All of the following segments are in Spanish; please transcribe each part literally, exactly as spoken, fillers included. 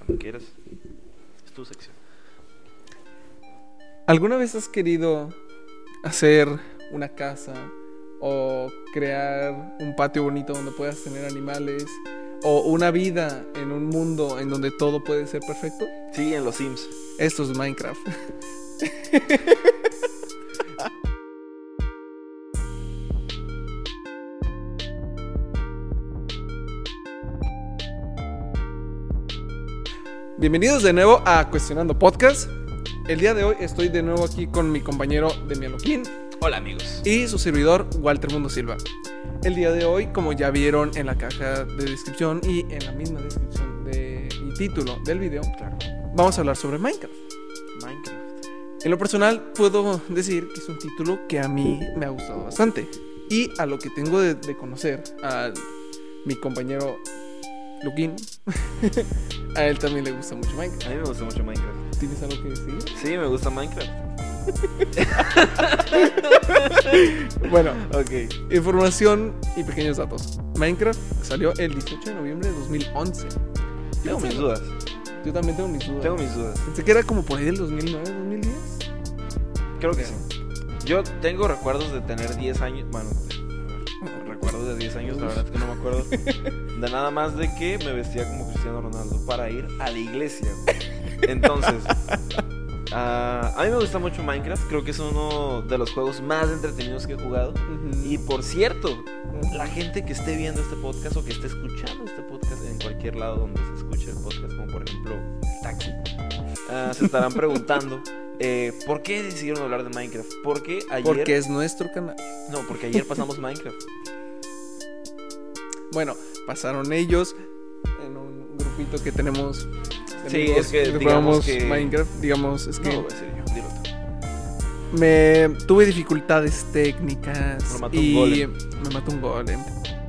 quieras. Es tu sección. ¿Alguna vez has querido hacer una casa o crear un patio bonito donde puedas tener animales o una vida en un mundo en donde todo puede ser perfecto? Sí, en los Sims. Esto es Minecraft. Bienvenidos de nuevo a Cuestionando Podcast. El día de hoy estoy de nuevo aquí con mi compañero Demian Loquín. Hola, amigos. Y su servidor Walter Mundo Silva. El día de hoy, como ya vieron en la caja de descripción y en la misma descripción de, y título del video, Claro. vamos a hablar sobre Minecraft. Minecraft. En lo personal puedo decir que es un título que a mí me ha gustado bastante. Y a lo que tengo de, de conocer a mi compañero Luquín, a él también le gusta mucho Minecraft. A mí me gusta mucho Minecraft. ¿Tienes algo que decir? Sí, me gusta Minecraft. Bueno, Ok. información y pequeños datos. Minecraft salió el dieciocho de noviembre de dos mil once. Tengo Yo mis sé- dudas. Yo también tengo mis dudas. Tengo mis dudas. Pensé que era como por ahí del dos mil nueve, dos mil diez. Creo que Creo. sí. Yo tengo recuerdos de tener diez años. Bueno, recuerdos de diez años, la verdad es que no me acuerdo. De nada más de que me vestía como Cristiano Ronaldo para ir a la iglesia, güey. Entonces, ah, a mí me gusta mucho Minecraft. Creo que es uno de los juegos más entretenidos que he jugado. Y por cierto, la gente que esté viendo este podcast o que esté escuchando este podcast en cualquier lado donde se escuche el podcast, como por ejemplo el taxi, ah, se estarán preguntando eh, ¿por qué decidieron hablar de Minecraft? Porque ayer... Porque es nuestro canal. No, porque ayer pasamos Minecraft. Bueno, pasaron ellos en un grupito que tenemos. de Sí, amigos es que digamos jugamos que- Minecraft, digamos, es que No, lo voy a decir yo, dilo tú. me tuve dificultades técnicas Me mató un y golem. me mató un golem.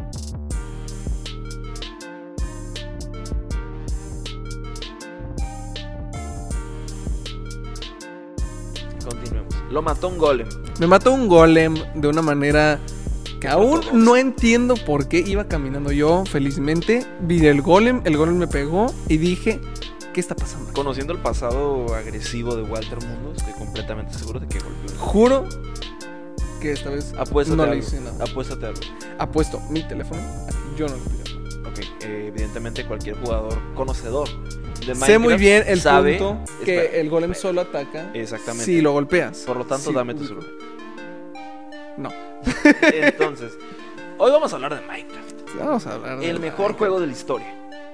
Continuemos. Lo mató un golem. Me mató un golem de una manera que aún ortodoxa. no entiendo por qué. Iba caminando yo felizmente, vi el golem, el golem me pegó y dije, ¿qué está pasando aquí? Conociendo el pasado agresivo de Walter Mundo, estoy completamente seguro de que golpeó. Juro que esta vez Apuéstate no le algo. hice nada. Apuéstate algo. Apuesto mi teléfono, yo no le pido. Ok, eh, evidentemente cualquier jugador conocedor de Minecraft Sé muy bien el sabe, punto que espera, el golem espera. solo ataca Exactamente. si lo golpeas. Por lo tanto, Sí, dame tu uy, celular. No. Entonces, hoy vamos a hablar de Minecraft. Vamos a hablar de El mejor Minecraft. juego de la historia.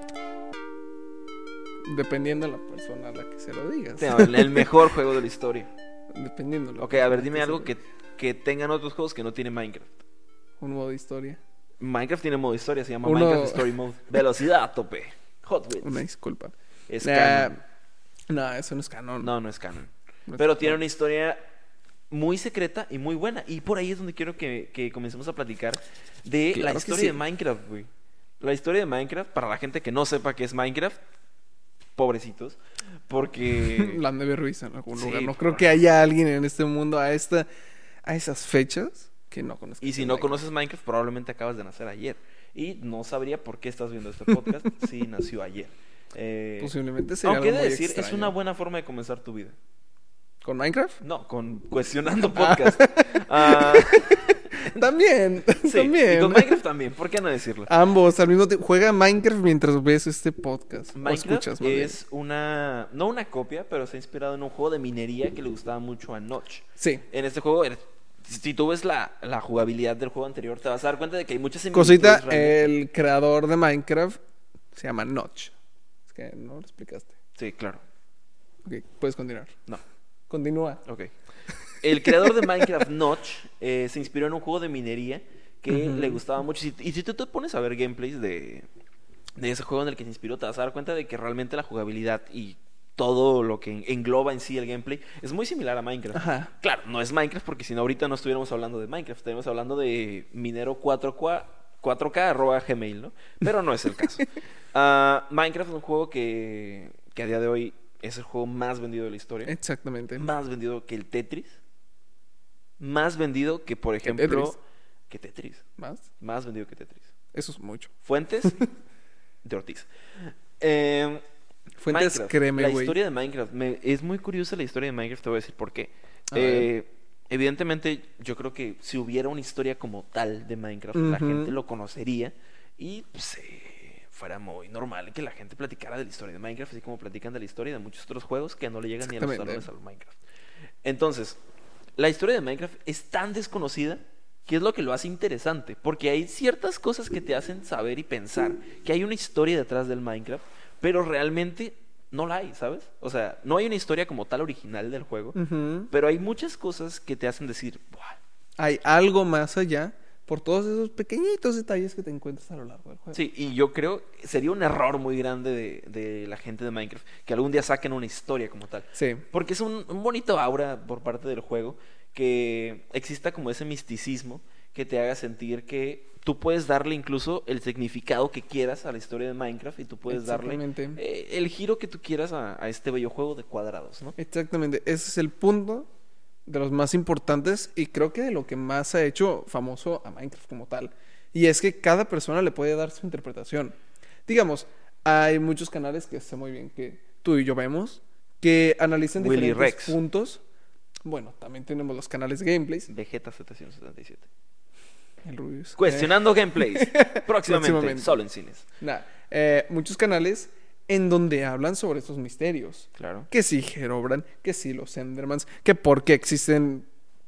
Dependiendo de la persona a la que se lo digas. No, el el mejor juego de la historia. Dependiendo de la Ok, a ver, persona dime se algo lo que, diga. que tengan otros juegos que no tiene Minecraft. Un modo de historia. Minecraft tiene modo historia, se llama Uno- Minecraft Story Mode. Velocidad a tope. Hot Wheels. Una disculpa. Es Nah, canon. No, eso no es canon. No, no es canon. No es Pero canon. tiene una historia muy secreta y muy buena. Y por ahí es donde quiero que, que comencemos a platicar de Claro la que historia sí. de Minecraft, güey. La historia de Minecraft, para la gente que no sepa qué es Minecraft, pobrecitos, porque... La han de haber visto en algún Sí, lugar. No por creo favor. que haya alguien en este mundo a esta a esas fechas que no conozca. Y si no conoces Minecraft, probablemente acabas de nacer ayer. Y no sabría por qué estás viendo este podcast si nació ayer. Eh, Posiblemente sería aunque he algo de muy decir, es extraño. una buena forma de comenzar tu vida. ¿Con Minecraft? No, con Cuestionando Podcast. Ah, También, sí, también. y con Minecraft también, ¿por qué no decirlo? Ambos al mismo tiempo. Juega Minecraft mientras ves este podcast. o Minecraft escuchas, más bien. es una, no una copia, pero se ha inspirado en un juego de minería que le gustaba mucho a Notch. Sí. En este juego, eres- si tú ves la, la jugabilidad del juego anterior, te vas a dar cuenta de que hay muchas similitudes. Cosita, realmente. el creador de Minecraft se llama Notch. Es que no lo explicaste. Sí, claro. Ok, puedes continuar. No, Continúa. ok. El creador de Minecraft, Notch, eh, se inspiró en un juego de minería que Ujú. le gustaba mucho. Y si- y si tú te pones a ver gameplays de, de ese juego en el que se inspiró, te vas a dar cuenta de que realmente la jugabilidad y todo lo que engloba en sí el gameplay es muy similar a Minecraft. Ajá. Claro, no es Minecraft porque si no ahorita no estuviéramos hablando de Minecraft, estaríamos hablando de minero cuatro K arroba gmail, ¿no? Pero no es el caso. Ah, Minecraft es un juego que, que a día de hoy es el juego más vendido de la historia. Exactamente. Más vendido que el Tetris. Más vendido que, por ejemplo... Tetris? Que Tetris. ¿Más? Más vendido que Tetris. Eso es mucho. Fuentes de Ortiz. Eh, Fuentes, Minecraft, créeme, la güey. historia de Minecraft. Me- es muy curiosa la historia de Minecraft, te voy a decir por qué. A Eh, evidentemente, yo creo que si hubiera una historia como tal de Minecraft, la Ujú. gente lo conocería y pues, eh, fuera muy normal que la gente platicara de la historia de Minecraft, así como platican de la historia de muchos otros juegos que no le llegan ni a los Exactamente. talones al Minecraft. Entonces, la historia de Minecraft es tan desconocida que es lo que lo hace interesante, porque hay ciertas cosas que te hacen saber y pensar que hay una historia detrás del Minecraft, pero realmente no la hay, ¿sabes? O sea, no hay una historia como tal original del juego, Ujú. pero hay muchas cosas que te hacen decir, "Buah". Hay algo más allá por todos esos pequeñitos detalles que te encuentras a lo largo del juego. Sí, y yo creo que sería un error muy grande de, de la gente de Minecraft que algún día saquen una historia como tal. Sí. Porque es un, un bonito aura por parte del juego que exista como ese misticismo que te haga sentir que tú puedes darle incluso el significado que quieras a la historia de Minecraft y tú puedes darle Exactamente. eh, el giro que tú quieras a, a este bello juego de cuadrados, ¿no? Exactamente. Ese es el punto de los más importantes y creo que de lo que más ha hecho famoso a Minecraft como tal. Y es que cada persona le puede dar su interpretación. Digamos, hay muchos canales que sé muy bien que tú y yo vemos que analizan Willy diferentes Rex. puntos. Bueno, también tenemos los canales de gameplays. Vegeta setecientos setenta y siete. El Rubius. Cuestionando gameplays. Próximamente, Próximamente. solo en cines. Nah, eh, muchos canales en donde hablan sobre estos misterios. Claro. Que si Herobrine, que si los Endermans, que por qué existen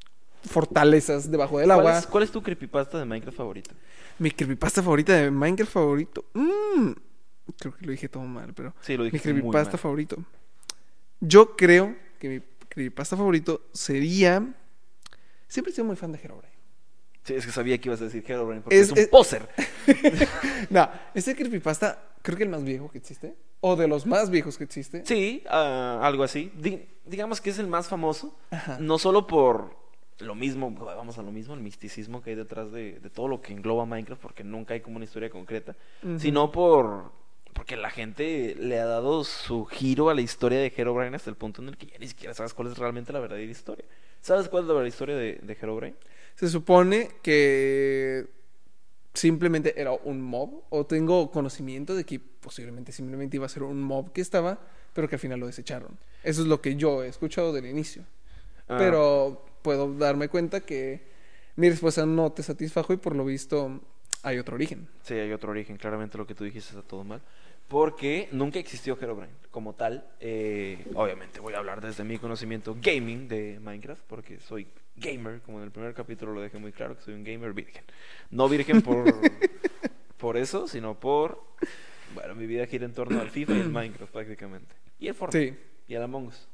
fortalezas debajo del ¿Cuál agua. es, cuál es tu creepypasta de Minecraft favorito? Mi creepypasta favorita de Minecraft favorito. Mm, creo que lo dije todo mal, pero. Sí, lo Mi dijiste muy creepypasta mal. favorito. Yo creo que mi creepypasta favorito sería. Siempre he sido muy fan de Herobrine. Sí, es que sabía que ibas a decir Herobrine porque es, Es- un es- poser. No, ese creepypasta creo que el más viejo que existe. O de los más viejos que existe. Sí, ah, algo así. Di- digamos que es el más famoso. Ajá. No solo por lo mismo, vamos a lo mismo, el misticismo que hay detrás de, de todo lo que engloba Minecraft, porque nunca hay como una historia concreta, Ujú. sino por porque la gente le ha dado su giro a la historia de Herobrine hasta el punto en el que ya ni siquiera sabes cuál es realmente la verdadera historia. ¿Sabes cuál es la verdadera historia de, de Herobrine? Se supone que simplemente era un mob, o tengo conocimiento de que posiblemente simplemente iba a ser un mob que estaba, pero que al final lo desecharon. Eso es lo que yo he escuchado del inicio. Ah, Pero puedo darme cuenta que mi respuesta no te satisfajo y por lo visto hay otro origen. Sí, hay otro origen, claramente lo que tú dijiste está todo mal. Porque nunca existió Herobrine como tal. Eh, obviamente voy a hablar desde mi conocimiento gaming de Minecraft, porque soy gamer, como en el primer capítulo lo dejé muy claro, que soy un gamer virgen. No virgen por, por eso, sino por... Bueno, mi vida gira en torno al FIFA y el Minecraft prácticamente. Y el Fortnite. Sí. Y el Among Us.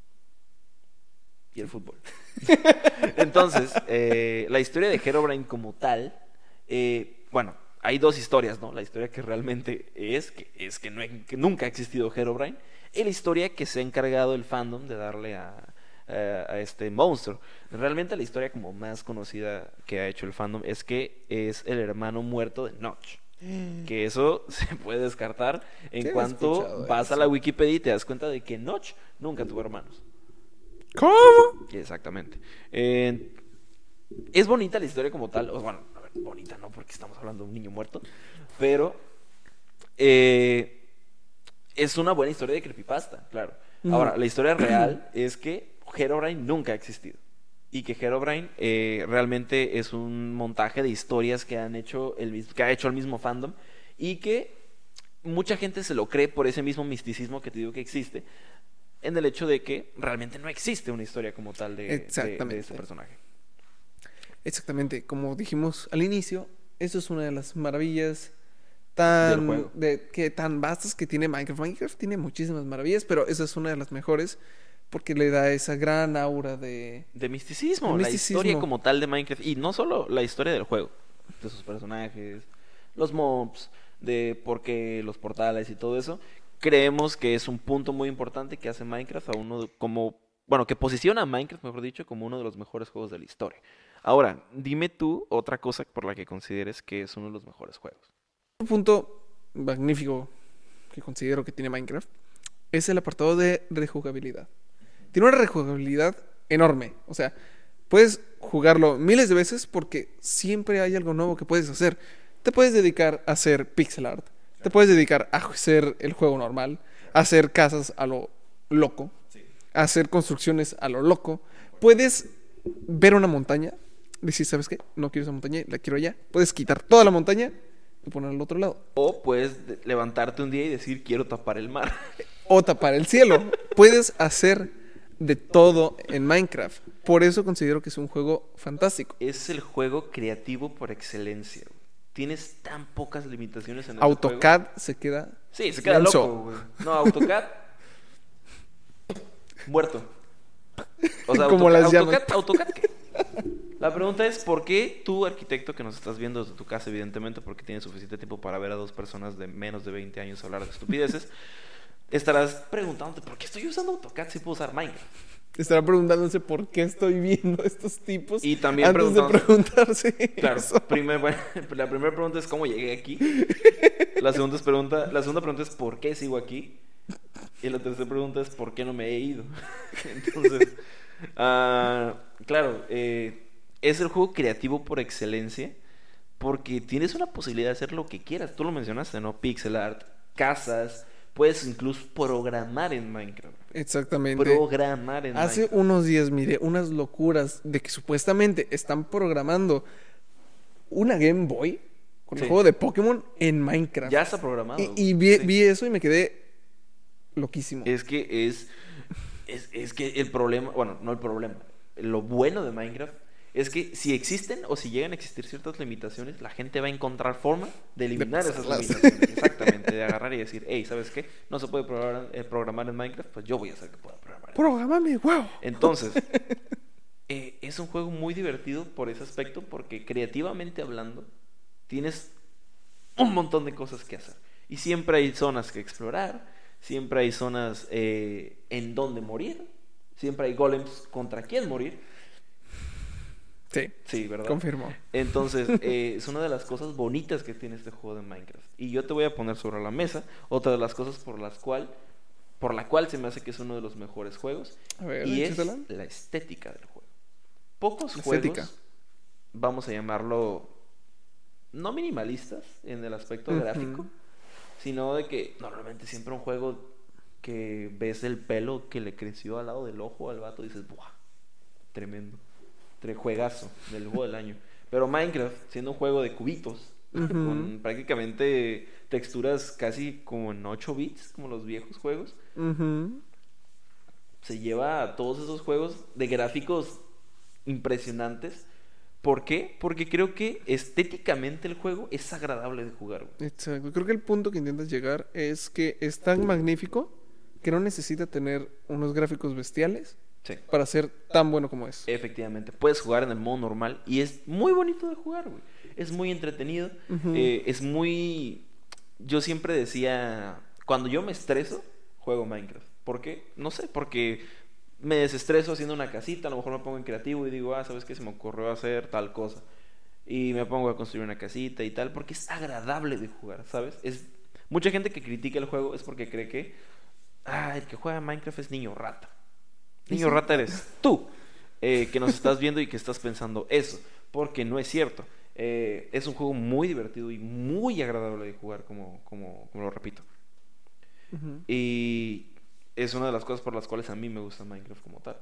Y el fútbol. Entonces, eh, la historia de Herobrine como tal, eh, bueno, hay dos historias, ¿no? La historia que realmente es, que es que, no, que nunca ha existido Herobrine, y la historia que se ha encargado el fandom de darle a, a, a este monstruo. Realmente la historia como más conocida que ha hecho el fandom es que es el hermano muerto de Notch. Que eso se puede descartar en Sí, he cuanto escuchado vas a eso. la Wikipedia y te das cuenta de que Notch nunca tuvo hermanos. ¿Cómo? Exactamente. Eh, es bonita la historia como tal. O, bueno, a ver, bonita no, porque estamos hablando de un niño muerto. Pero eh, es una buena historia de creepypasta, claro. Ujú. Ahora, la historia real es que Herobrine nunca ha existido. Y que Herobrine eh, realmente es un montaje de historias que han hecho el mis- que ha hecho el mismo fandom. Y que mucha gente se lo cree por ese mismo misticismo que te digo que existe. En el hecho de que realmente no existe una historia como tal de, de, Exactamente. de este personaje. Exactamente, como dijimos al inicio, eso es una de las maravillas Del tan juego. de que tan vastas que tiene Minecraft. Minecraft tiene muchísimas maravillas, pero esa es una de las mejores porque le da esa gran aura de De misticismo, De la misticismo. historia como tal de Minecraft. Y no solo la historia del juego, de sus personajes, los mobs, de por qué los portales y todo eso. Creemos que es un punto muy importante que hace Minecraft a uno de- como, bueno, que posiciona a Minecraft, mejor dicho, como uno de los mejores juegos de la historia. Ahora, dime tú otra cosa por la que consideres que es uno de los mejores juegos. un punto magnífico que considero que tiene Minecraft es el apartado de rejugabilidad. Tiene una rejugabilidad enorme, o sea, puedes jugarlo miles de veces porque siempre hay algo nuevo que puedes hacer. Te puedes dedicar a hacer pixel art, te puedes dedicar a hacer el juego normal, hacer casas a lo loco, Sí. hacer construcciones a lo loco. Puedes ver una montaña, decir, ¿sabes qué? No quiero esa montaña, la quiero allá. Puedes quitar toda la montaña y ponerla al otro lado. O puedes de- levantarte un día y decir, quiero tapar el mar. O tapar el cielo. Puedes hacer de todo en Minecraft. Por eso considero que es un juego fantástico. Es el juego creativo por excelencia, güey. Tienes tan pocas limitaciones en el juego. AutoCAD se queda... Sí, se queda Lenzo. loco, güey. No, AutoCAD. Muerto. O sea, Como AutoCAD, las llaman. AutoCAD, ¿AutoCAD qué? La pregunta es, ¿por qué tú, arquitecto, que nos estás viendo desde tu casa, evidentemente, porque tienes suficiente tiempo para ver a dos personas de menos de veinte años hablar de estupideces, estarás preguntándote, ¿por qué estoy usando AutoCAD si puedo usar Minecraft? Estará preguntándose por qué estoy viendo a estos tipos. Y también antes de preguntándose- preguntarse Claro, eso. primer- bueno, la primera pregunta es ¿cómo llegué aquí? La segunda, es pregunta, la segunda pregunta es ¿por qué sigo aquí? Y la tercera pregunta es ¿por qué no me he ido? Entonces, ah, claro, eh, es el juego creativo por excelencia porque tienes una posibilidad de hacer lo que quieras. Tú lo mencionaste, ¿no? Pixel art, casas, puedes incluso programar en Minecraft. Exactamente. Programar en Hace Minecraft. unos días miré unas locuras de que supuestamente están programando una Game Boy con el Sí. juego de Pokémon en Minecraft. Ya está programado. Y, güey. y vi, Sí. vi eso y me quedé loquísimo. Es que es, es, es que el problema, bueno, no el problema, lo bueno de Minecraft es que si existen o si llegan a existir ciertas limitaciones, la gente va a encontrar forma de eliminar esas pasarlas. limitaciones. Exactamente, de agarrar y decir, hey, ¿sabes qué? No se puede programar, eh, programar en Minecraft, pues yo voy a hacer que pueda programar. en Prográmame, wow. Entonces, eh, es un juego muy divertido por ese aspecto, porque creativamente hablando, tienes un montón de cosas que hacer. Y siempre hay zonas que explorar, siempre hay zonas eh, en donde morir, siempre hay golems contra quien morir. Sí, Sí, ¿verdad? confirmo. Entonces, eh, es una de las cosas bonitas que tiene este juego de Minecraft. Y yo te voy a poner sobre la mesa otra de las cosas por las cual, por la cual se me hace que es uno de los mejores juegos. A ver, Y es échatela. la estética del juego. Pocos La juegos, estética. vamos a llamarlo, no minimalistas en el aspecto Ujú. gráfico, sino de que normalmente siempre un juego que ves el pelo que le creció al lado del ojo al vato y dices, ¡buah! Tremendo. Tre- Juegazo del juego del año. Pero Minecraft, siendo un juego de cubitos, Ujú. con prácticamente texturas casi como en ocho bits, como los viejos juegos, Ujú. se lleva a todos esos juegos de gráficos impresionantes. ¿Por qué? Porque creo que estéticamente el juego es agradable de jugar, güey. Exacto. Creo que el punto que intentas llegar es que es tan magnífico que no necesita tener unos gráficos bestiales Sí. para ser tan bueno como es. Efectivamente, puedes jugar en el modo normal y es muy bonito de jugar, güey. Es muy entretenido, Ujú. eh, es muy... Yo siempre decía, cuando yo me estreso, juego Minecraft. ¿Por qué? No sé, porque me desestreso haciendo una casita, a lo mejor me pongo en creativo y digo, ah, ¿sabes qué? Se me ocurrió hacer tal cosa. Y me pongo a construir una casita y tal, porque es agradable de jugar, ¿sabes? Es... Mucha gente que critica el juego es porque cree que, ah, el que juega Minecraft es niño rata. Niño Sí. rata eres tú, eh, que nos estás viendo y que estás pensando eso, porque no es cierto. Eh, es un juego muy divertido y muy agradable de jugar, como, como, como lo repito. Ujú. Y es una de las cosas por las cuales a mí me gusta Minecraft como tal.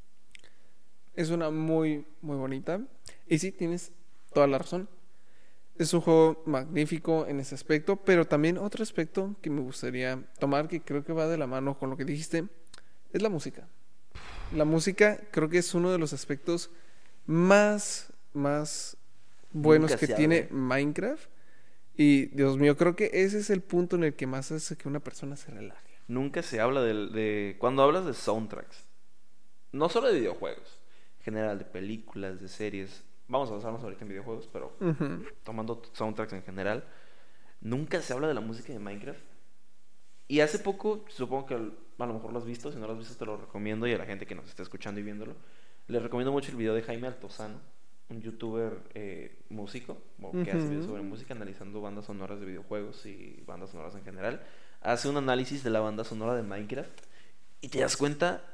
Es una muy, muy bonita. Y sí, tienes toda la razón. Es un juego magnífico en ese aspecto, pero también otro aspecto que me gustaría tomar, que creo que va de la mano con lo que dijiste, es la música. La música creo que es uno de los aspectos más, más buenos Nunca que se tiene habla. Minecraft. Y Dios mío, creo que ese es el punto en el que más hace que una persona se relaje. Nunca se habla del- de... Cuando hablas de soundtracks, no solo de videojuegos, en general de películas, de series, vamos a basarnos ahorita en videojuegos, pero Ujú. tomando soundtracks en general, nunca se habla de la música de Minecraft. Y hace poco, supongo que a lo mejor lo has visto, si no lo has visto te lo recomiendo, y a la gente que nos está escuchando y viéndolo, les recomiendo mucho el video de Jaime Altozano, un youtuber eh, músico, o que hace Ujú. videos sobre música, analizando bandas sonoras de videojuegos y bandas sonoras en general. Hace un análisis de la banda sonora de Minecraft y te das cuenta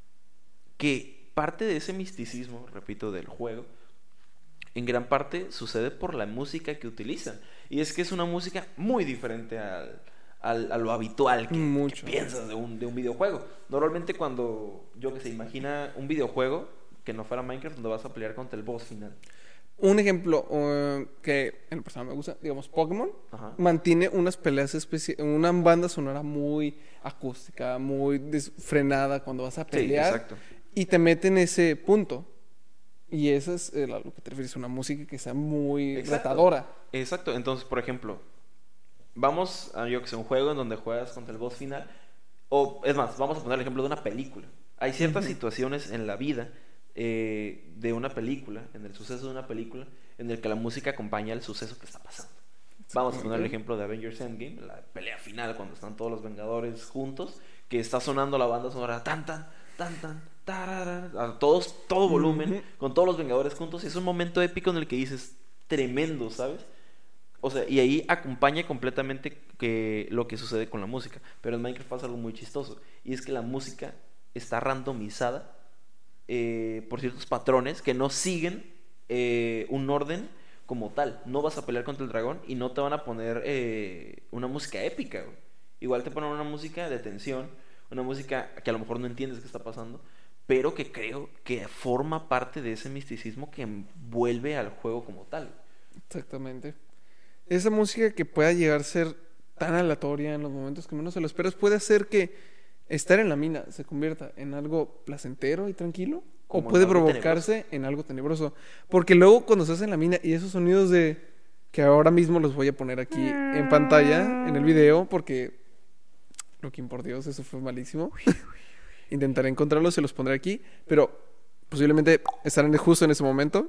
que parte de ese misticismo, repito, del juego, en gran parte sucede por la música que utilizan. Y es que es una música muy diferente al, al, a lo habitual que, Mucho. que piensas de un, de un videojuego. Normalmente cuando, yo que sé, imagina un videojuego que no fuera Minecraft, donde vas a pelear contra el boss final. Un ejemplo uh, que en lo personal me gusta, digamos, Pokémon, Ajá. mantiene unas peleas especiales, una banda sonora muy acústica, muy desfrenada cuando vas a Sí, pelear. exacto. Y te mete en ese punto. Y eso es eh, a lo que te refieres, una música que sea muy Exacto. retadora. Exacto, entonces, por ejemplo, vamos a, yo que sé, un juego en donde juegas contra el boss final, o es más, vamos a poner el ejemplo de una película. Hay ciertas Ujú. situaciones en la vida eh, de una película, en el suceso de una película, en el que la música acompaña el suceso que está pasando. Vamos a poner el ejemplo de Avengers Endgame, la pelea final, cuando están todos los Vengadores juntos, que está sonando la banda sonora tan tan, tan tan, tarara, a todos, todo volumen, Ujú. con todos los Vengadores juntos, y es un momento épico en el que dices, tremendo, ¿sabes? O sea, y ahí acompaña completamente que lo que sucede con la música. Pero en Minecraft pasa algo muy chistoso, y es que la música está randomizada eh, por ciertos patrones que no siguen eh, un orden como tal. No vas a pelear contra el dragón y no te van a poner eh, una música épica, güey. Igual te ponen una música de tensión, una música que a lo mejor no entiendes qué está pasando, pero que creo que forma parte de ese misticismo que envuelve al juego como tal. Exactamente. Esa música que pueda llegar a ser tan aleatoria en los momentos que menos se lo esperas puede hacer que estar en la mina se convierta en algo placentero y tranquilo, o Como en puede algo provocarse tenebroso. en algo tenebroso. Porque luego cuando estás en la mina y esos sonidos de que ahora mismo los voy a poner aquí en pantalla, en el video, porque Loquín, por Dios, eso fue malísimo. Intentaré encontrarlos, se los pondré aquí, pero posiblemente estarán justo en ese momento.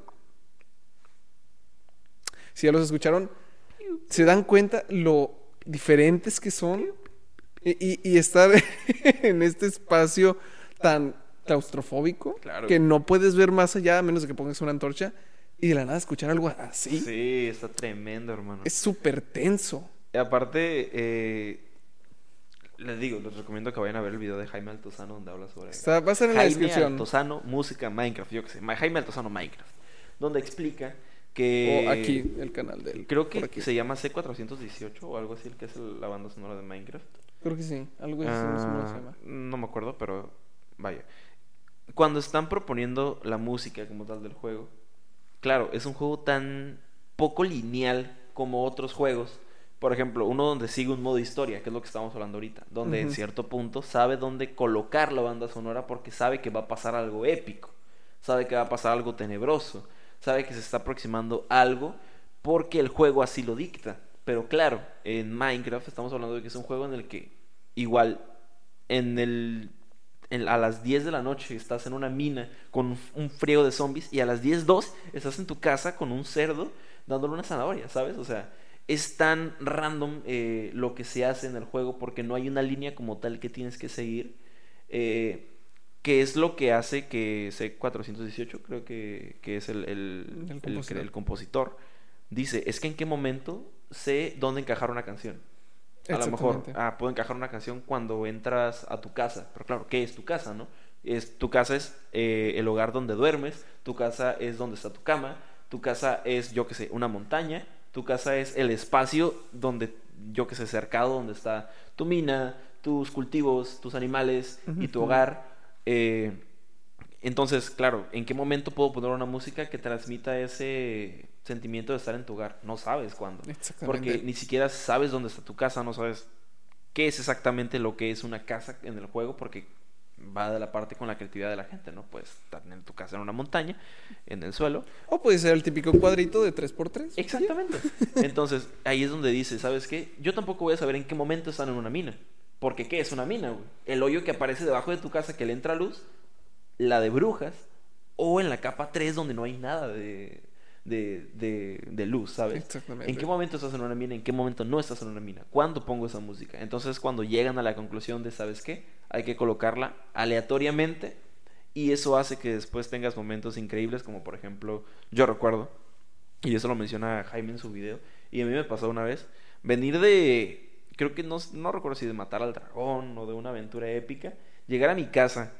Si ya los escucharon, se dan cuenta lo diferentes que son y, y, y estar en este espacio tan claustrofóbico, Claro. que no puedes ver más allá a menos de que pongas una antorcha y de la nada escuchar algo así. Sí, está tremendo, hermano. Es súper tenso. Y aparte, eh, les digo, les recomiendo que vayan a ver el video de Jaime Altozano donde habla sobre Está, va a estar en la Jaime descripción. Altozano, música Minecraft, yo qué sé, Ma- Jaime Altozano Minecraft, donde explica que O aquí, el canal de él. creo por que aquí. se llama C cuatrocientos dieciocho o algo así, el que es el- la banda sonora de Minecraft. Creo que sí, algo así, no sé cómo se Ah, llama. no me acuerdo, pero vaya. Cuando están proponiendo la música como tal del juego, claro, es un juego tan poco lineal como otros juegos. Por ejemplo, uno donde sigue un modo historia, que es lo que estamos hablando ahorita, donde en Ujú. cierto punto sabe dónde colocar la banda sonora porque sabe que va a pasar algo épico, sabe que va a pasar algo tenebroso, sabe que se está aproximando algo porque el juego así lo dicta. Pero claro, en Minecraft estamos hablando de que es un juego en el que igual en el en- a las diez de la noche estás en una mina con un, un friego de zombies y a las diez dos estás en tu casa con un cerdo dándole una zanahoria, ¿sabes? O sea, es tan random eh, lo que se hace en el juego porque no hay una línea como tal que tienes que seguir, eh, que es lo que hace que C cuatrocientos dieciocho, creo que, que es el, el, El el, compositor. el compositor, dice, es que en qué momento sé dónde encajar una canción. A lo mejor, Exactamente. ah, puedo encajar una canción cuando entras a tu casa. Pero claro, ¿qué es tu casa, no? Es, tu casa es eh, el hogar donde duermes, tu casa es donde está tu cama, tu casa es, yo qué sé, una montaña, tu casa es el espacio donde, yo qué sé, cercado, donde está tu mina, tus cultivos, tus animales y tu Ujú. hogar. Eh, entonces, claro, ¿en qué momento puedo poner una música que transmita ese sentimiento de estar en tu hogar? No sabes cuándo. Exactamente. Porque ni siquiera sabes dónde está tu casa, no sabes qué es exactamente lo que es una casa en el juego, porque va de la parte con la creatividad de la gente, ¿no? Puedes estar en tu casa en una montaña, en el suelo. O puede ser el típico cuadrito de tres por tres. Exactamente. Entonces, ahí es donde dices, ¿sabes qué? Yo tampoco voy a saber en qué momento están en una mina. Porque, ¿qué es una mina, güey? El hoyo que aparece debajo de tu casa que le entra luz, la de brujas, o en la capa tres donde no hay nada de, de, de, de luz, ¿sabes? Exactamente. ¿En qué momento estás en una mina? ¿En qué momento no estás en una mina? ¿Cuándo pongo esa música? Entonces cuando llegan a la conclusión de, ¿sabes qué? Hay que colocarla aleatoriamente y eso hace que después tengas momentos increíbles como por ejemplo, yo recuerdo, y eso lo menciona Jaime en su video, y a mí me pasó una vez, venir de, creo que no, no recuerdo si de matar al dragón o de una aventura épica, llegar a mi casa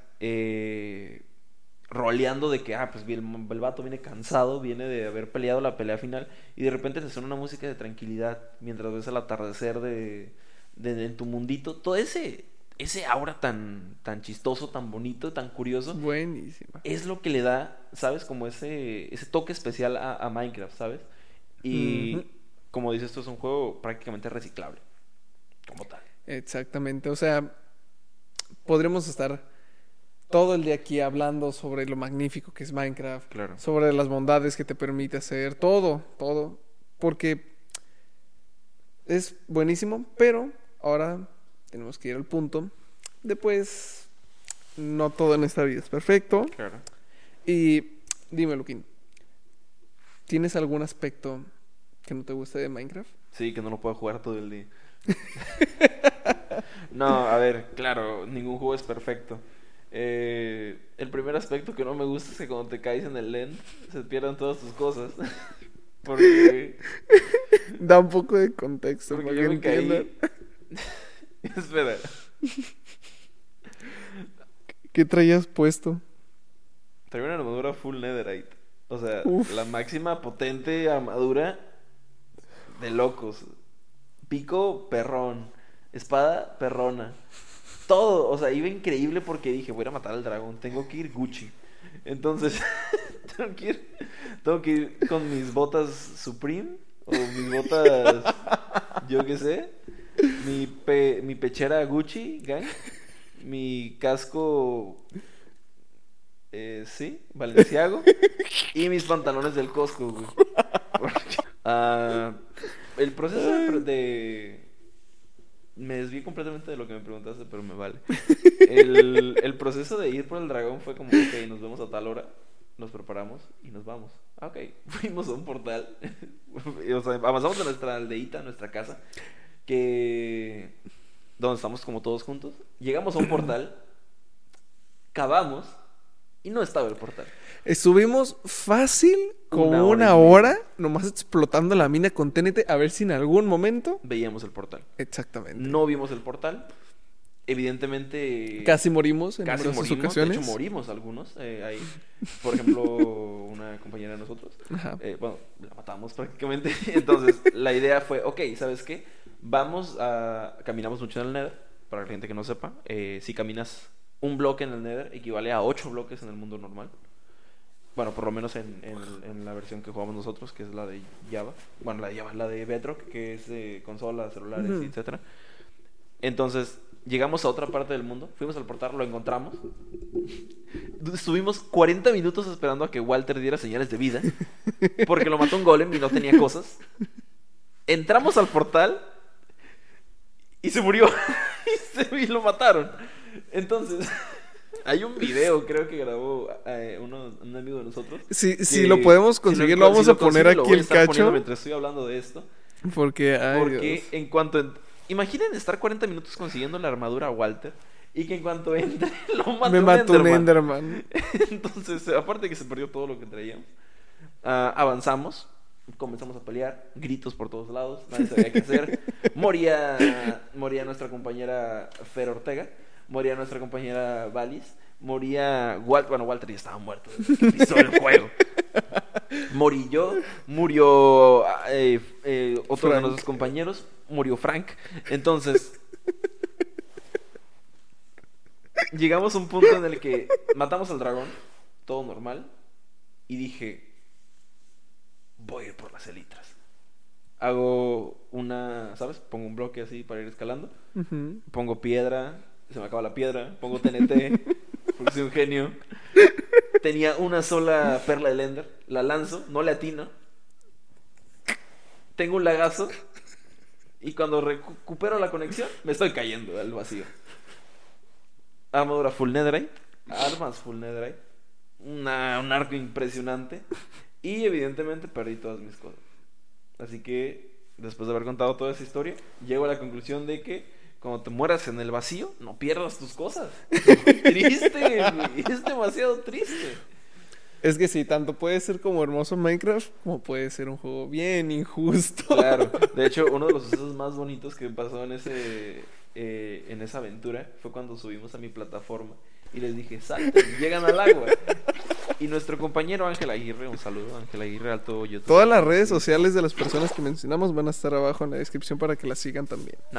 eh, roleando de que, ah, pues el, el vato viene cansado, viene de haber peleado la pelea final y de repente te suena una música de tranquilidad mientras ves el atardecer de, de, de en tu mundito, todo ese, ese aura tan, tan chistoso, tan bonito, tan curioso, Buenísima. es lo que le da, ¿sabes? Como ese, ese toque especial a, a Minecraft, ¿sabes? Y Ujú. como dices, esto es un juego prácticamente reciclable, como tal. Exactamente, o sea, podremos estar todo el día aquí hablando sobre lo magnífico que es Minecraft, Claro. sobre las bondades que te permite hacer, todo, todo, porque es buenísimo, pero ahora tenemos que ir al punto de pues no todo en esta vida es perfecto. Claro. Y dime, Luquín, ¿tienes algún aspecto que no te guste de Minecraft? Sí, que no lo puedo jugar todo el día. No, a ver, claro, ningún juego es perfecto. Eh, el primer aspecto que no me gusta es que cuando te caes en el end se pierdan todas tus cosas. Porque, Da un poco de contexto porque para yo que me entiendan. caí. Espera, ¿Qué traías puesto? traía una armadura full netherite. O sea, Uf. la máxima potente armadura de locos. Pico perrón, espada perrona. Todo, o sea, iba increíble porque dije, voy a ir a matar al dragón, tengo que ir Gucci. Entonces, tengo que ir, tengo que ir con mis botas Supreme o mis botas, yo qué sé, mi, pe, mi pechera Gucci, gang, mi casco, eh, sí, Balenciago y mis pantalones del Costco, güey. Porque, ah, el proceso de, de... Me desvié completamente de lo que me preguntaste, pero me vale. El, el proceso de ir por el dragón fue como, ok, nos vemos a tal hora, nos preparamos y nos vamos. Ah, ok, fuimos a un portal. O sea, avanzamos a nuestra aldeíta, a nuestra casa, que donde estamos como todos juntos. Llegamos a un portal, cavamos y no estaba el portal. Estuvimos fácil como Una una hora y hora, media. nomás explotando la mina con T N T a ver si en algún momento. Veíamos el portal. Exactamente. No vimos el portal. Evidentemente... Casi morimos en Casi numerosas morimos, ocasiones. de hecho morimos algunos eh, ahí. Por ejemplo, una compañera de nosotros, Ajá. eh, bueno, la matamos prácticamente. Entonces, la idea fue, ok, ¿sabes qué? Vamos a... Caminamos mucho en el Nether, para la gente que no sepa. Eh, si caminas un bloque en el Nether, equivale a ocho bloques en el mundo normal. Bueno, por lo menos en, en, en la versión que jugamos nosotros, que es la de Java. Bueno, la de Java, la de Bedrock, que es de consolas, celulares, Ujú. etcétera. Entonces, llegamos a otra parte del mundo, fuimos al portal, lo encontramos. Estuvimos cuarenta minutos esperando a que Walter diera señales de vida, porque lo mató un golem y no tenía cosas. Entramos al portal y se murió. y, se, y lo mataron. Entonces, hay un video, creo que grabó eh, uno, un amigo de nosotros. Si, que- si lo podemos conseguir, si lo vamos si a poner consigue, lo aquí voy a el estar poniendo cacho. mientras estoy hablando de esto. Porque, ay, Porque Dios. en cuanto... en- Imaginen estar cuarenta minutos consiguiendo la armadura a Walter y que en cuanto entre lo mate Me un mató un Enderman. Enderman. Entonces, aparte de que se perdió todo lo que traíamos, ah, avanzamos, comenzamos a pelear, gritos por todos lados, nadie sabía qué hacer. Moría, moría nuestra compañera Fer Ortega, moría nuestra compañera Valis, moría Walter, bueno, Walter ya estaba muerto desde que empezó el juego. Morí yo, murió eh, eh, otro Frank. de nuestros compañeros, murió Frank. Entonces, llegamos a un punto en el que matamos al dragón, todo normal, y dije, voy a ir por las elitras. Hago una, ¿sabes? Pongo un bloque así para ir escalando, Ujú. pongo piedra, se me acaba la piedra, pongo T N T, porque soy un genio. Tenía una sola perla de Ender, la lanzo, no le atino. Tengo un lagazo y cuando recupero la conexión me estoy cayendo al vacío. Armadura full netherite, armas full netherite, una, un arco impresionante y evidentemente perdí todas mis cosas. Así que después de haber contado toda esa historia, llego a la conclusión de que cuando te mueras en el vacío, no pierdas tus cosas. Triste, güey. Es demasiado triste. Es que sí, tanto puede ser como hermoso Minecraft, como puede ser un juego bien injusto. Claro. De hecho, uno de los sucesos más bonitos que pasó en ese eh, en esa aventura fue cuando subimos a mi plataforma y les dije, salten, llegan al agua. Y nuestro compañero Ángel Aguirre, un saludo, Ángel Aguirre, alto YouTube. Todas las redes sociales de las personas que mencionamos van a estar abajo en la descripción para que las sigan también. No.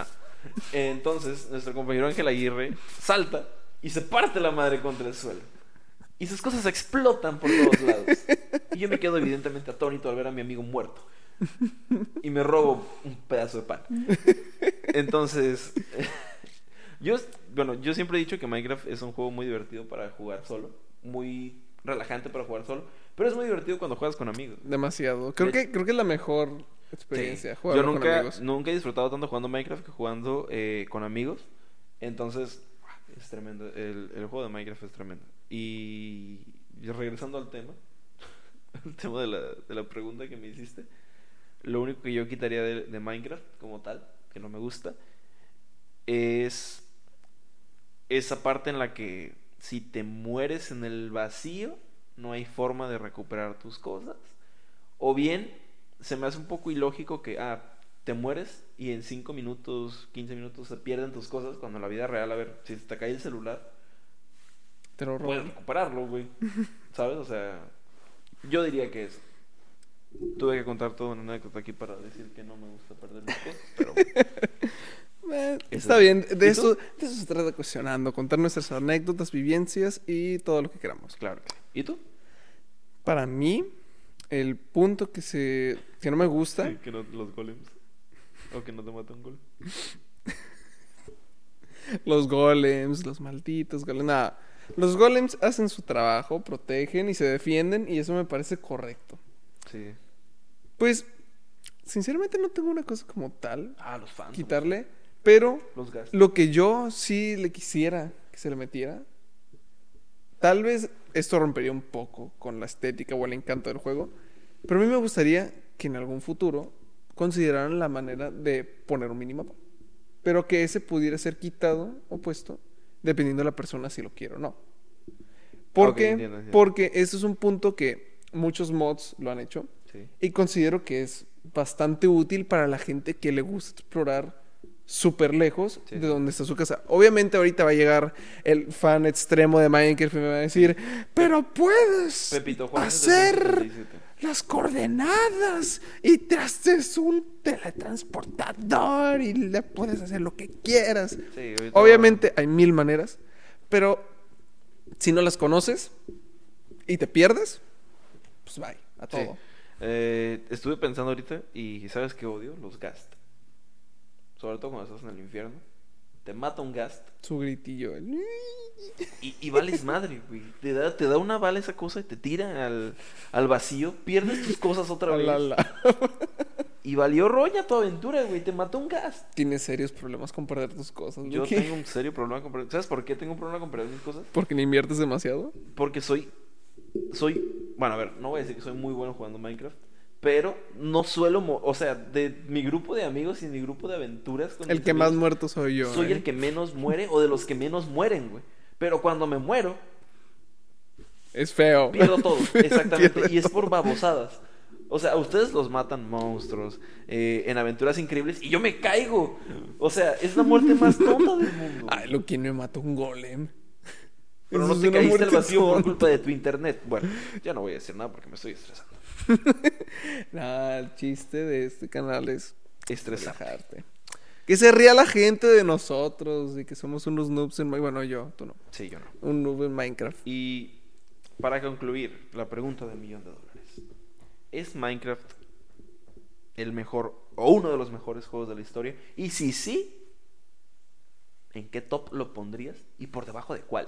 Entonces, nuestro compañero Ángel Aguirre salta y se parte la madre contra el suelo. Y sus cosas explotan por todos lados. Y yo me quedo evidentemente atónito al ver a mi amigo muerto. Y me robo un pedazo de pan. Entonces, yo, bueno, yo siempre he dicho que Minecraft es un juego muy divertido para jugar solo. Muy relajante para jugar solo. Pero es muy divertido cuando juegas con amigos. Demasiado. Creo, De- que, creo que es la mejor experiencia. Sí. Jugarlo Yo con nunca, amigos. nunca he disfrutado tanto jugando Minecraft que jugando eh, con amigos. Entonces, es tremendo. El, el juego de Minecraft es tremendo. Y, y regresando al tema, el tema de la, de la pregunta que me hiciste, lo único que yo quitaría de, de Minecraft como tal, que no me gusta, es esa parte en la que si te mueres en el vacío, no hay forma de recuperar tus cosas. O bien, se me hace un poco ilógico que, ah, te mueres y en cinco minutos, quince minutos se pierden tus cosas, cuando en la vida real, a ver, si se te cae el celular, Te lo robo. puedes recuperarlo, güey. ¿Sabes? O sea, yo diría que eso. Tuve que contar toda una anécdota aquí para decir que no me gusta perder mis cosas, pero Eh, Eso está es. bien, de ¿Y eso, tú? de eso se trata cuestionando, contar nuestras anécdotas, vivencias y todo lo que queramos. claro que sí. ¿Y tú? Para mí, el punto que se que no me gusta, Sí, que no, los golems. O que no te mata un gol. los golems, los malditos golems, nada. Los golems hacen su trabajo, protegen y se defienden y eso me parece correcto. Sí. Pues, sinceramente no tengo una cosa como tal, Ah, los fans. quitarle, pero Los gas. lo que yo sí le quisiera que se le metiera, tal vez esto rompería un poco con la estética o el encanto del juego, pero a mí me gustaría que en algún futuro consideraran la manera de poner un minimapa, pero que ese pudiera ser quitado o puesto dependiendo de la persona si lo quiere o no. Porque, Ok, entiendo, entiendo. porque eso es un punto que muchos mods lo han hecho Sí. y considero que es bastante útil para la gente que le gusta explorar súper lejos Sí, de sí. donde está su casa. Obviamente ahorita va a llegar el fan extremo de Minecraft y me va a decir, pero puedes Pepito Juan hacer setecientos setenta y siete. las coordenadas y te haces un teletransportador y le puedes hacer lo que quieras. Sí, ahorita Obviamente hay mil maneras, pero si no las conoces y te pierdes, pues bye, a Sí. todo. Eh, estuve pensando ahorita y ¿sabes qué odio? Los Ghast. Sobre todo cuando estás en el infierno. Te mata un Ghast Su gritillo. el- y, y vales madre, güey. Te da, te da una bala esa cosa y te tira al, al vacío. Pierdes tus cosas otra vez. La, la. Y valió roña tu aventura, güey. Te mató un Ghast. Tienes serios problemas con perder tus cosas. Yo Lucky. tengo un serio problema con perder. ¿Sabes por qué tengo un problema con perder mis cosas? Porque le inviertes demasiado. Porque soy. Soy. Bueno, a ver, no voy a decir que soy muy bueno jugando Minecraft. Pero no suelo. mo- O sea, de mi grupo de amigos y mi grupo de aventuras. Con El mis que más amigos, muerto soy yo. soy ¿eh? el que menos muere o de los que menos mueren, güey. Pero cuando me muero, Es feo. pierdo todo. Exactamente. Pierde Y es todo. por babosadas. O sea, a ustedes los matan monstruos eh, en aventuras increíbles y yo me caigo. O sea, es la muerte más tonta del mundo. Ay, lo que me mató un golem. Pero Eso no es te una caíste al muerte vacío por tonta. culpa de tu internet. Bueno, ya no voy a decir nada porque me estoy estresando. Nah, el chiste de este canal es Estresante. relajarte. Que se ría la gente de nosotros y que somos unos noobs en... Mi- Bueno, yo, tú no. Sí, yo no. Un noob en Minecraft. Y para concluir, la pregunta del millón de dólares. ¿Es Minecraft el mejor o uno de los mejores juegos de la historia? Y si sí, ¿en qué top lo pondrías? ¿Y por debajo de cuáles?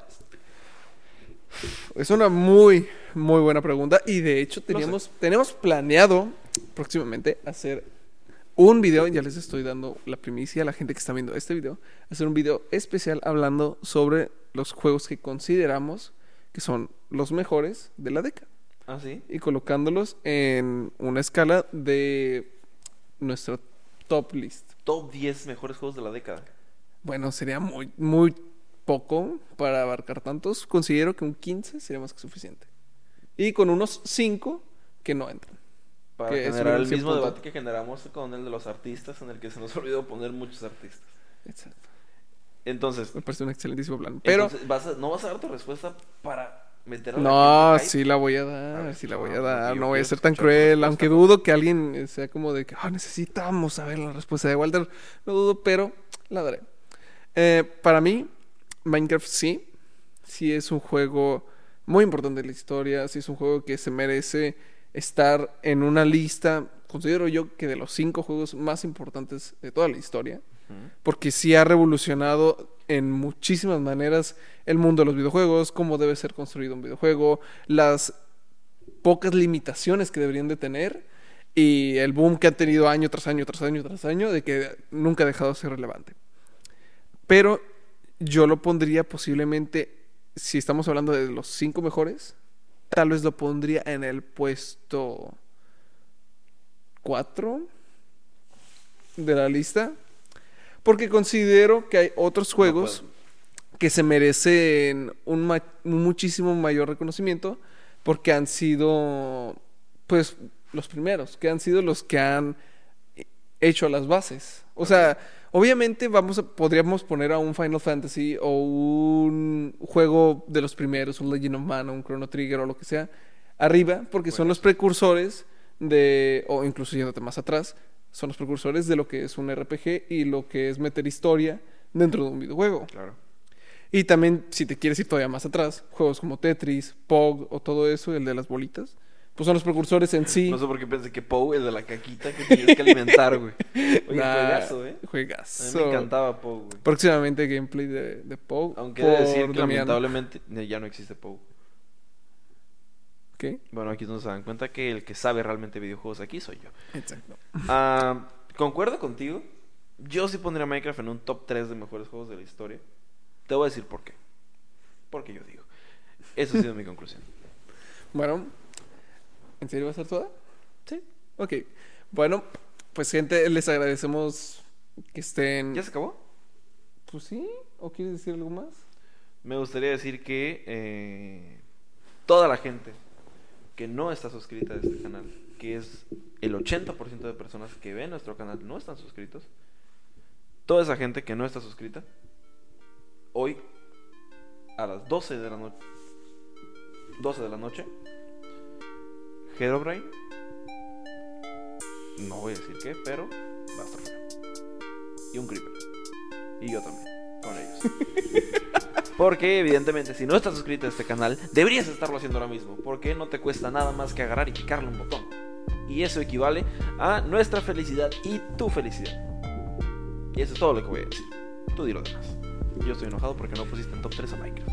Es una muy, muy buena pregunta. Y de hecho teníamos, tenemos planeado próximamente hacer un video. Ya les estoy dando la primicia a la gente que está viendo este video. Hacer un video especial hablando sobre los juegos que consideramos que son los mejores de la década. ¿Ah, sí? Y colocándolos en una escala de nuestra top list. Top diez mejores juegos de la década. Bueno, sería muy, muy poco para abarcar tantos. Considero que un quince sería más que suficiente. Y con unos cinco que no entran. Para Que es generar un el mismo punto. debate que generamos con el de los artistas, en el que se nos olvidó poner muchos artistas. Exacto. Entonces, Me parece un excelentísimo plan. Pero entonces, vas a- no vas a dar tu respuesta para meter a la No, gente hype. sí la voy a A dar, ver, sí la no, voy a porque dar. yo No voy a quiero ser tan escuchar tu cruel, respuesta, aunque ¿no? dudo que alguien sea como de que "Ah, necesitamos saber la respuesta de Walter". Lo dudo, pero la daré. Eh, para mí, Minecraft sí. Sí es un juego muy importante en la historia. Sí es un juego que se merece estar en una lista. Considero yo que de los cinco juegos más importantes de toda la historia. Ujú. Porque sí ha revolucionado en muchísimas maneras el mundo de los videojuegos, cómo debe ser construido un videojuego, las pocas limitaciones que deberían de tener y el boom que han tenido año tras año, tras año, tras año, de que nunca ha dejado de ser relevante. Pero yo lo pondría posiblemente, si estamos hablando de los cinco mejores, tal vez lo pondría en el puesto cuatro de la lista. Porque considero que hay otros juegos No que se merecen un, ma- un muchísimo mayor reconocimiento porque han sido, pues, los primeros, que han sido los que han hecho las bases. O sea, obviamente vamos a, podríamos poner a un Final Fantasy o un juego de los primeros, un Legend of Mana, un Chrono Trigger o lo que sea, arriba, porque son Bueno. los precursores de, o incluso yéndote más atrás, son los precursores de lo que es un R P G y lo que es meter historia dentro de un videojuego. Claro. Y también, si te quieres ir todavía más atrás, juegos como Tetris, Pog o todo eso, el de las bolitas, pues son los precursores en sí. No sé por qué pensé que Pou, el de la caquita que tienes que alimentar, güey. Oye, Nah, juegazo, ¿eh? Juegazo. A mí me encantaba Pou, güey. Próximamente gameplay de, de Pog. Aunque he de decir por que Damián. lamentablemente eh, ya no existe Pou. ¿Qué? Bueno, aquí es donde se dan cuenta que el que sabe realmente videojuegos aquí soy yo. Exacto. Ah, concuerdo contigo. Yo sí pondría Minecraft en un top tres de mejores juegos de la historia. Te voy a decir por qué. Porque yo digo. Eso ha sido mi conclusión. Bueno, ¿en serio va a ser toda? Sí. Ok. Bueno, pues gente, les agradecemos que estén... ¿Ya se acabó? Pues sí, ¿o quieres decir algo más? Me gustaría decir que eh, toda la gente que no está suscrita a este canal, que es el ochenta por ciento de personas que ven nuestro canal no están suscritos, toda esa gente que no está suscrita, hoy a las doce de la noche, doce de la noche, Herobrine, no voy a decir qué, pero va a estar feo. Y un Creeper. Y yo también, con ellos. Porque evidentemente si no estás suscrito a este canal, deberías estarlo haciendo ahora mismo, porque no te cuesta nada más que agarrar y picarle un botón. Y eso equivale a nuestra felicidad y tu felicidad. Y eso es todo lo que voy a decir. Tú di lo demás. Yo estoy enojado porque no pusiste en top tres a Minecraft.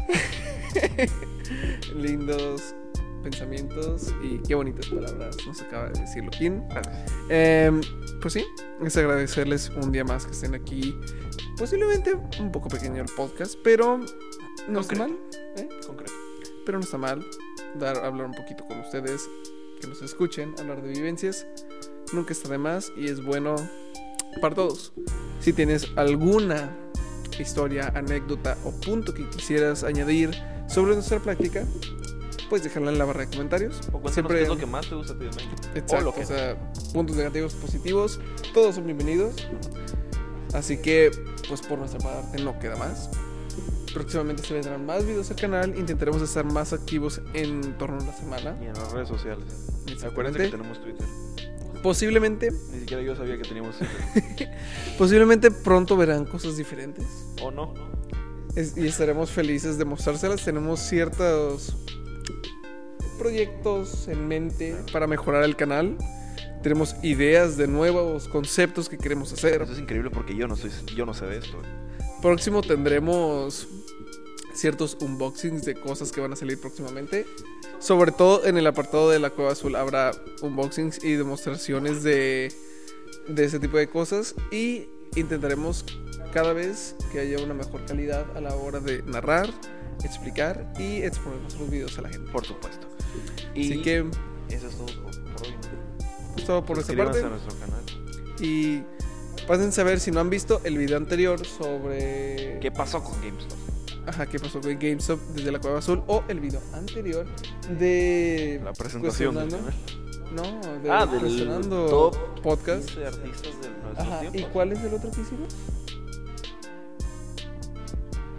Lindos pensamientos y qué bonitas palabras nos acaba de decir Loquín. Gracias. Eh, pues sí, es agradecerles un día más que estén aquí. Posiblemente un poco pequeño el podcast, pero no está Concreto. mal. ¿eh? Concreto. Pero no está mal dar, hablar un poquito con ustedes, que nos escuchen, hablar de vivencias. Nunca está de más y es bueno para todos. Si tienes alguna historia, anécdota o punto que quisieras añadir sobre nuestra práctica, puedes dejarla en la barra de comentarios. O cuéntanos Siempre- qué es lo que más te gusta a ti de Minecraft. Exacto, O lo que o sea, puntos negativos, positivos, todos son bienvenidos. Así que, pues por nuestra parte no queda más. Próximamente se vendrán más videos al canal. Intentaremos estar más activos en torno a la semana. Y en las redes sociales. Exactamente. Acuérdense que tenemos Twitter. Posiblemente, Ni siquiera yo sabía que teníamos Twitter. posiblemente pronto verán cosas diferentes. ¿O no? Es- y estaremos felices de mostrárselas. Tenemos ciertos proyectos en mente para mejorar el canal. Tenemos ideas de nuevos conceptos que queremos hacer. Eso es increíble porque yo no soy, yo no sé de esto. Próximo tendremos ciertos unboxings de cosas que van a salir próximamente. Sobre todo en el apartado de la Cueva Azul habrá unboxings y demostraciones de, de ese tipo de cosas. Y intentaremos cada vez que haya una mejor calidad a la hora de narrar, explicar y exponer nuestros videos a la gente. Por supuesto. Y Así que eso es todo por, por hoy. es todo por nuestra Suscríbanse parte. a nuestro canal. Y pásense a ver si no han visto el video anterior sobre... ¿Qué pasó con GameStop? Ajá, ¿qué pasó con GameStop desde la Cueva Azul? O el video anterior de... La presentación del Cuestionando- canal. No, de Ah, del Cuestionando top Podcast. quince artistas de nuestros Ajá, ¿y tiempos. cuál es el otro que hicimos?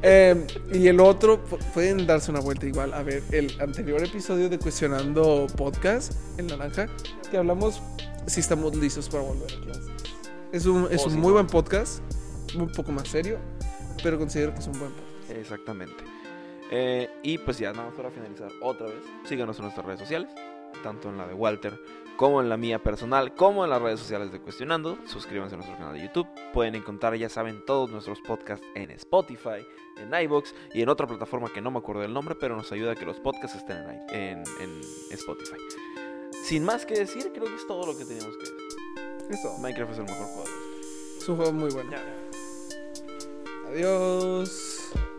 Eh, y el otro, pueden darse una vuelta igual a ver el anterior episodio de Cuestionando Podcast en Naranja, que hablamos si estamos listos para volver a clases. Es un, es O un si muy no. buen podcast, un poco más serio, pero considero que es un buen podcast. Exactamente. Eh, y pues ya nada más para finalizar otra vez, síganos en nuestras redes sociales, tanto en la de Walter como en la mía personal, como en las redes sociales de Cuestionando. Suscríbanse a nuestro canal de YouTube. Pueden encontrar, ya saben, todos nuestros podcasts en Spotify, en iVoox y en otra plataforma que no me acuerdo del nombre, pero nos ayuda a que los podcasts estén en, i- en, en Spotify. Sin más que decir, creo que es todo lo que teníamos que decir. Eso, Minecraft es el mejor juego. es un juego muy bueno. Adiós.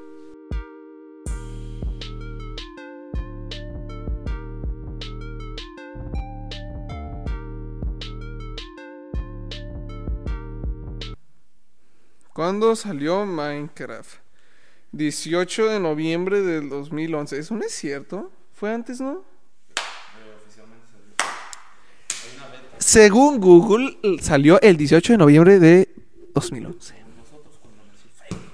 ¿Cuándo salió Minecraft? dieciocho de noviembre del dos mil once. ¿Eso no es cierto? ¿Fue antes, no? Según Google, salió el dieciocho de noviembre de dos mil once.